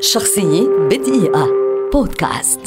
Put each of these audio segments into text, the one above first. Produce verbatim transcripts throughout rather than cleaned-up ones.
شخصية بدقيقة بودكاست.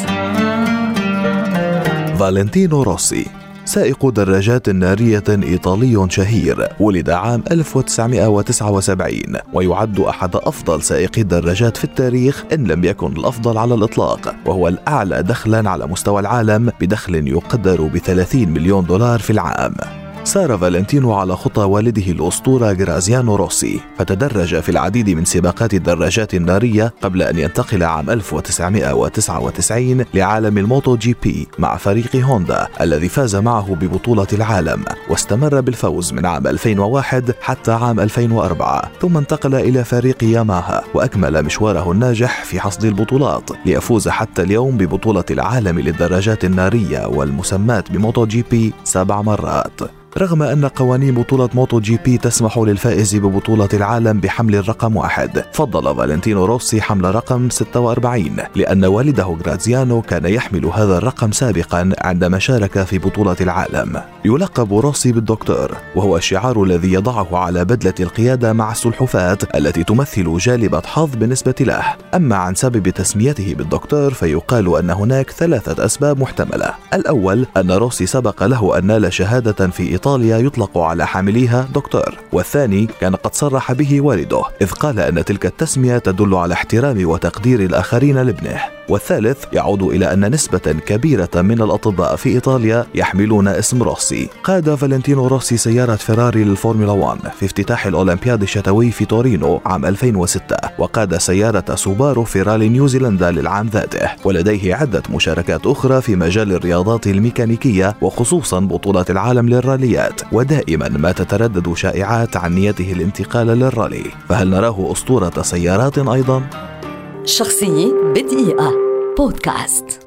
فالنتينو روسي سائق دراجات نارية إيطالي شهير، ولد عام ألف وتسعمائة وتسعة وسبعين ويعد أحد أفضل سائقي الدراجات في التاريخ إن لم يكن الأفضل على الإطلاق، وهو الأعلى دخلا على مستوى العالم بدخل يقدر بثلاثين مليون دولار في العام. سار فالنتينو على خطى والده الأسطورة غرازيانو روسي، فتدرج في العديد من سباقات الدراجات النارية قبل أن ينتقل عام ألف وتسعمائة وتسعة وتسعين لعالم الموتو جي بي مع فريق هوندا الذي فاز معه ببطولة العالم، واستمر بالفوز من عام ألفين وواحد حتى عام ألفين وأربعة، ثم انتقل إلى فريق ياماها وأكمل مشواره الناجح في حصد البطولات ليفوز حتى اليوم ببطولة العالم للدراجات النارية والمسماة بموتو جي بي سبع مرات. رغم أن قوانين بطولة موتو جي بي تسمح للفائز ببطولة العالم بحمل الرقم واحد، فضل فالنتينو روسي حمل رقم ستة وأربعين لأن والده غرازيانو كان يحمل هذا الرقم سابقا عندما شارك في بطولة العالم. يلقب روسي بالدكتور، وهو الشعار الذي يضعه على بدلة القيادة مع السلحفاة التي تمثل جالبة حظ بالنسبة له. أما عن سبب تسميته بالدكتور فيقال أن هناك ثلاثة أسباب محتملة. الأول أن روسي سبق له أن نال شهادة في إيطاليا يطلق على حامليها دكتور، والثاني كان قد صرح به والده إذ قال أن تلك التسمية تدل على احترام وتقدير الآخرين لابنه، والثالث يعود إلى أن نسبة كبيرة من الأطباء في إيطاليا يحملون اسم روسي. قاد فالنتينو روسي سيارة فيراري للفورمولا واحد في افتتاح الأولمبياد الشتوي في تورينو عام ألفين وستة، وقاد سيارة سوبارو في رالي نيوزيلندا للعام ذاته، ولديه عدة مشاركات أخرى في مجال الرياضات الميكانيكية وخصوصا بطولة العالم للراليات، ودائما ما تتردد شائعات عن نيته الانتقال للرالي. فهل نراه أسطورة سيارات أيضا؟ شخصية بدقيقة بودكاست.